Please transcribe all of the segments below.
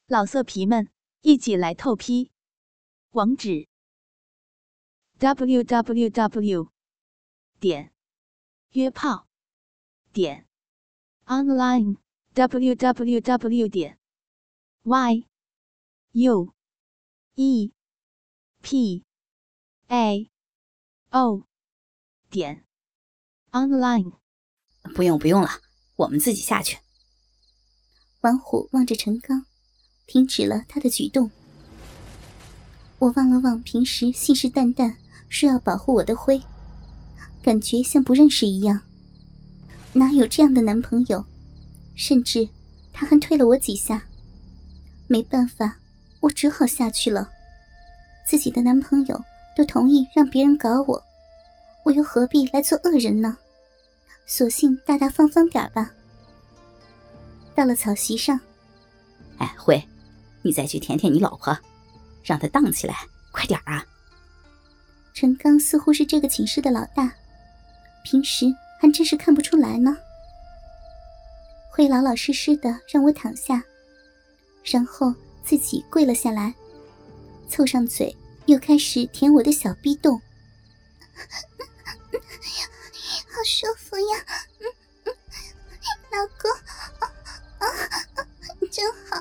老色皮们，一起来透批！网址 www.约炮online www.yuepao.online。 不用了，我们自己下去。 王虎望着陈刚，停止了他的举动。我望了望平时信誓旦旦说要保护我的辉，感觉像不认识一样。哪有这样的男朋友？甚至他还推了我几下。没办法，我只好下去了。自己的男朋友都同意让别人搞我，我又何必来做恶人呢？索性大大方方点吧。到了草席上， 哎，辉，你再去舔舔你老婆，让她荡起来，快点啊！ 陈刚似乎是这个寝室的老大，平时还真是看不出来呢。会老老实实的让我躺下，然后自己跪了下来，凑上嘴又开始舔我的小逼洞。好舒服呀，老公，真好。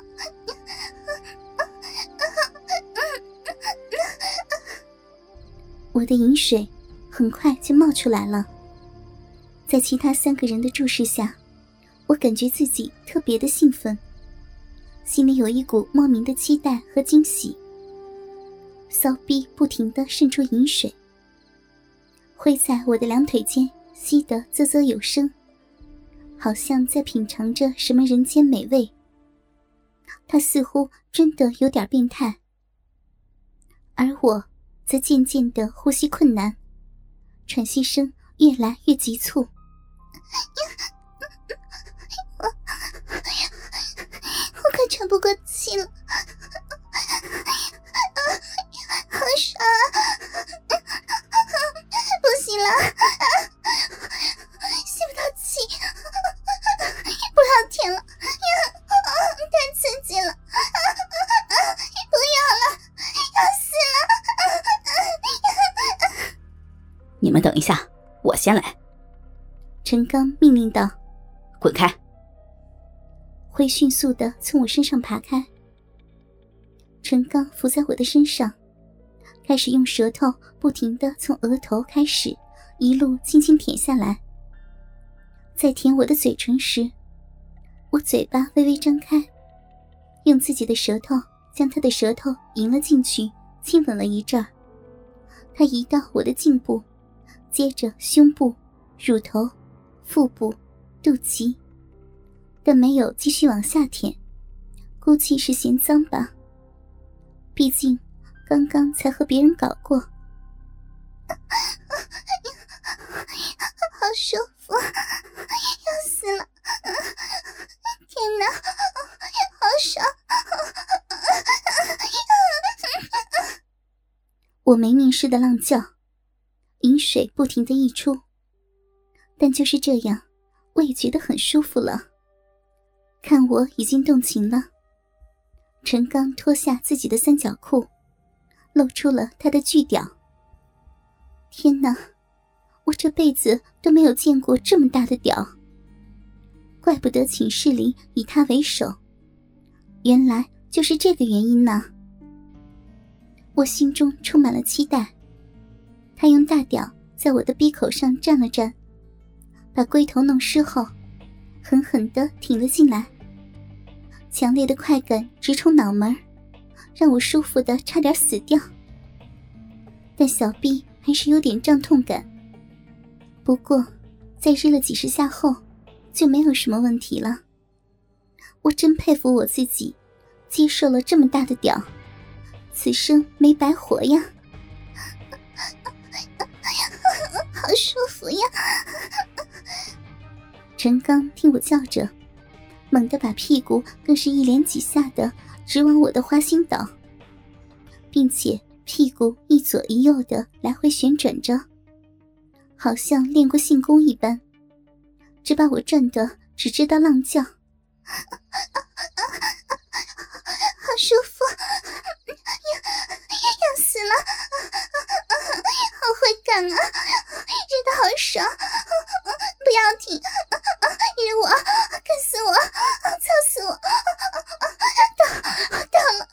我的饮水很快就冒出来了，在其他3个人的注视下，我感觉自己特别的兴奋，心里有一股莫名的期待和惊喜。骚逼不停地渗出饮水，会在我的两腿间吸得啧啧有声，好像在品尝着什么人间美味。他似乎真的有点变态，而我则渐渐的呼吸困难，喘息声越来越急促。我快喘不过气了，好爽啊！不行了，吸不到气，不要舔了，太刺激了，不要了，要死了！ 你们等一下，我先来。 陈刚命令道：“ 滚开！” 会迅速地从我身上爬开。陈刚伏在我的身上，开始用舌头不停地从额头开始，一路轻轻舔下来。在舔我的嘴唇时，我嘴巴微微张开，用自己的舌头将他的舌头迎了进去，亲吻了一阵儿。他移到我的颈部，接着胸部、乳头、腹部、肚脐，但没有继续往下舔，估计是嫌脏吧，毕竟刚刚才和别人搞过。好舒服，要死了！天哪，好爽！我没命似的浪叫，饮水不停地溢出，但就是这样，我也觉得很舒服了。看我已经动情了，陈刚脱下自己的三角裤，露出了他的巨屌。天哪，我这辈子都没有见过这么大的屌，怪不得寝室里以他为首，原来就是这个原因呢。我心中充满了期待，他用大屌在我的鼻口上蘸了蘸，把龟头弄湿后，狠狠地挺了进来。强烈的快感直冲脑门，让我舒服得差点死掉。但小臂还是有点胀痛感，不过在日了几十下后就没有什么问题了。我真佩服我自己，接受了这么大的屌，此生没白活呀。好舒服呀！陈刚听我叫着，猛地把屁股更是一连几下的直往我的花心倒，并且屁股一左一右的来回旋转着，好像练过性功一般，这把我转得只知道浪叫。 舒服，要死了，好会干啊，日得好爽，不要停，日我，干死我，操死我，到了，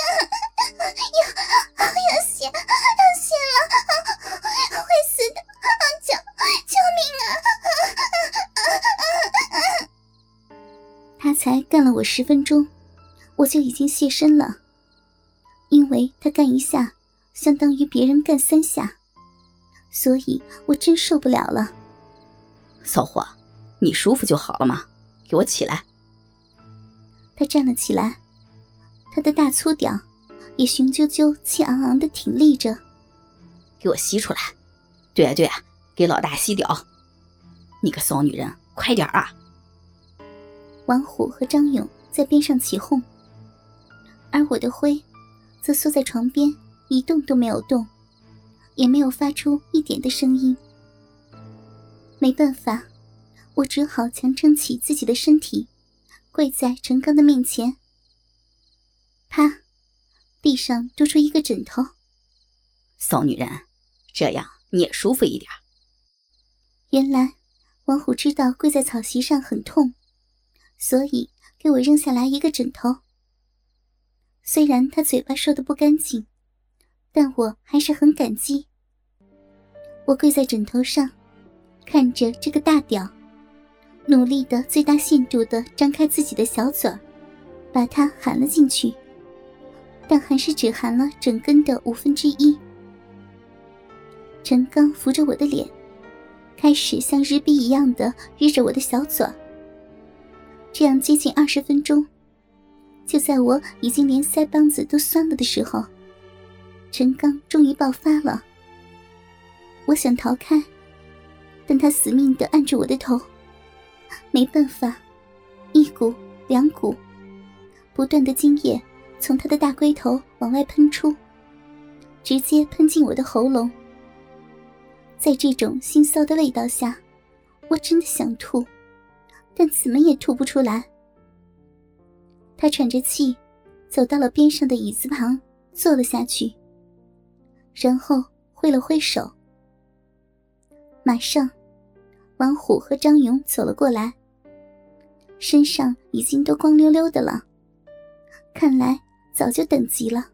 要血了，会死的，救命啊！他才干了我10分钟，我就已经现身了，因为他干一下相当于别人干3下，所以我真受不了了。 骚货，你舒服就好了嘛，给我起来。 他站了起来，他的大粗屌也雄赳赳气昂昂地挺立着。 给我吸出来。对啊，给老大吸屌。你个骚女人，快点啊！ 王虎和张勇在边上起哄，而我的辉则缩在床边一动都没有动，也没有发出一点的声音。没办法，我只好强撑起自己的身体，跪在陈刚的面前。啪，地上多出一个枕头。 骚女人，这样你也舒服一点。 原来王虎知道跪在草席上很痛，所以给我扔下来一个枕头。虽然他嘴巴说的不干净，但我还是很感激。我跪在枕头上，看着这个大屌，努力的最大限度的张开自己的小嘴儿，把它含了进去，但还是只含了整根的1/5。陈刚扶着我的脸，开始像日逼一样的日着我的小嘴儿。这样接近20分钟，就在我已经连腮帮子都酸了的时候，陈刚终于爆发了。我想逃开，但他死命地按住我的头，没办法，1股2股，不断的精液从他的大龟头往外喷出，直接喷进我的喉咙。在这种腥臊的味道下，我真的想吐，但怎么也吐不出来。他喘着气走到了边上的椅子旁坐了下去，然后挥了挥手。马上王虎和张勇走了过来，身上已经都光溜溜的了，看来早就等急了。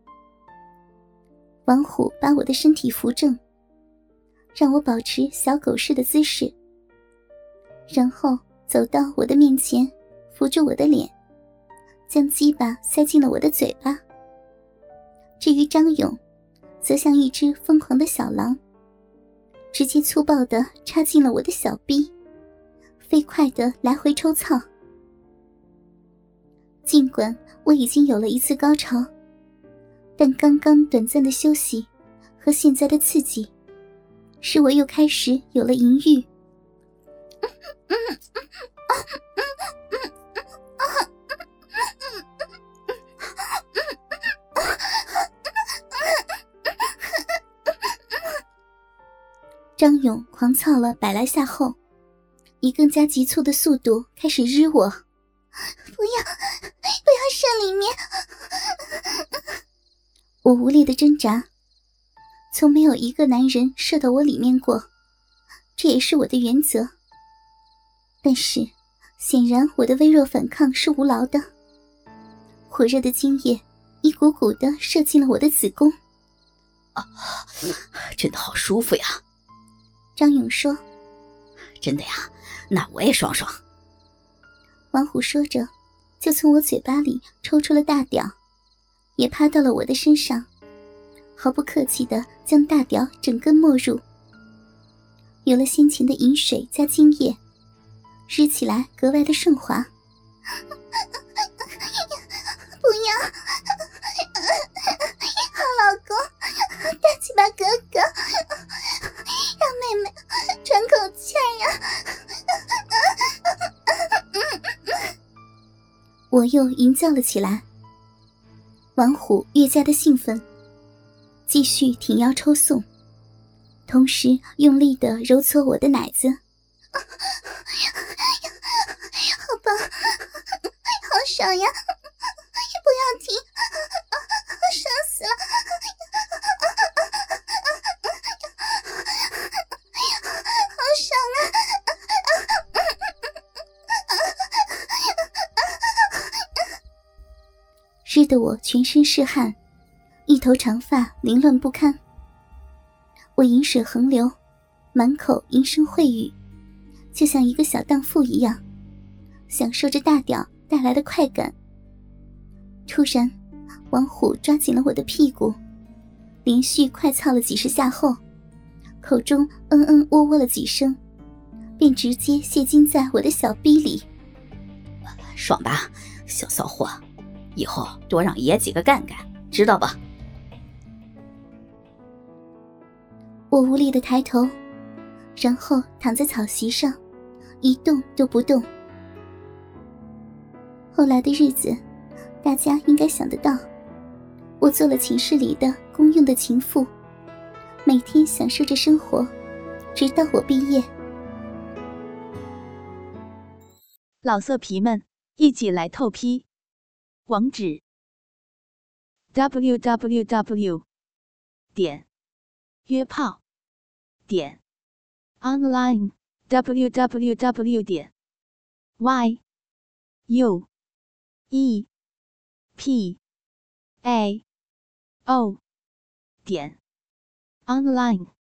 王虎把我的身体扶正，让我保持小狗式的姿势，然后走到我的面前，扶住我的脸，将鸡巴塞进了我的嘴巴。至于张勇，则像一只疯狂的小狼，直接粗暴地插进了我的小臂，飞快地来回抽操。尽管我已经有了一次高潮，但刚刚短暂的休息和现在的刺激，使我又开始有了淫欲。张勇狂操了100来下后，以更加急促的速度开始日我。不要射里面！我无力的挣扎，从没有一个男人射到我里面过，这也是我的原则。但是显然我的微弱反抗是无劳的，火热的精液一股股地射进了我的子宫。 真的好舒服呀。 张勇说。 真的呀，那我也爽爽。 王虎说着，就从我嘴巴里抽出了大屌，也趴到了我的身上，毫不客气地将大屌整根没入。有了先前的饮水加精液，日起来格外的顺滑。不要，好老公，大鸡巴哥哥，让妹妹喘口气呀！我又吟叫了起来。王虎越加的兴奋，继续挺腰抽送，同时用力地揉搓我的奶子。好棒，好爽呀！不要停， 湿得我全身是汗，一头长发凌乱不堪。我饮水横流，满口淫声秽语，就像一个小荡妇一样，享受着大屌带来的快感。突然，王虎抓紧了我的屁股，连续快操了几十下后，口中嗯嗯喔喔了几声，便直接泄精在我的小逼里。 爽吧，小骚货，以后多让爷几个干干，知道吧？ 我无力地抬头，然后躺在草席上，一动都不动。后来的日子，大家应该想得到，我做了寝室里的公用的情妇，每天享受着生活，直到我毕业。 老色皮们，一起来透批！网址 www.约炮online www.yuepao.online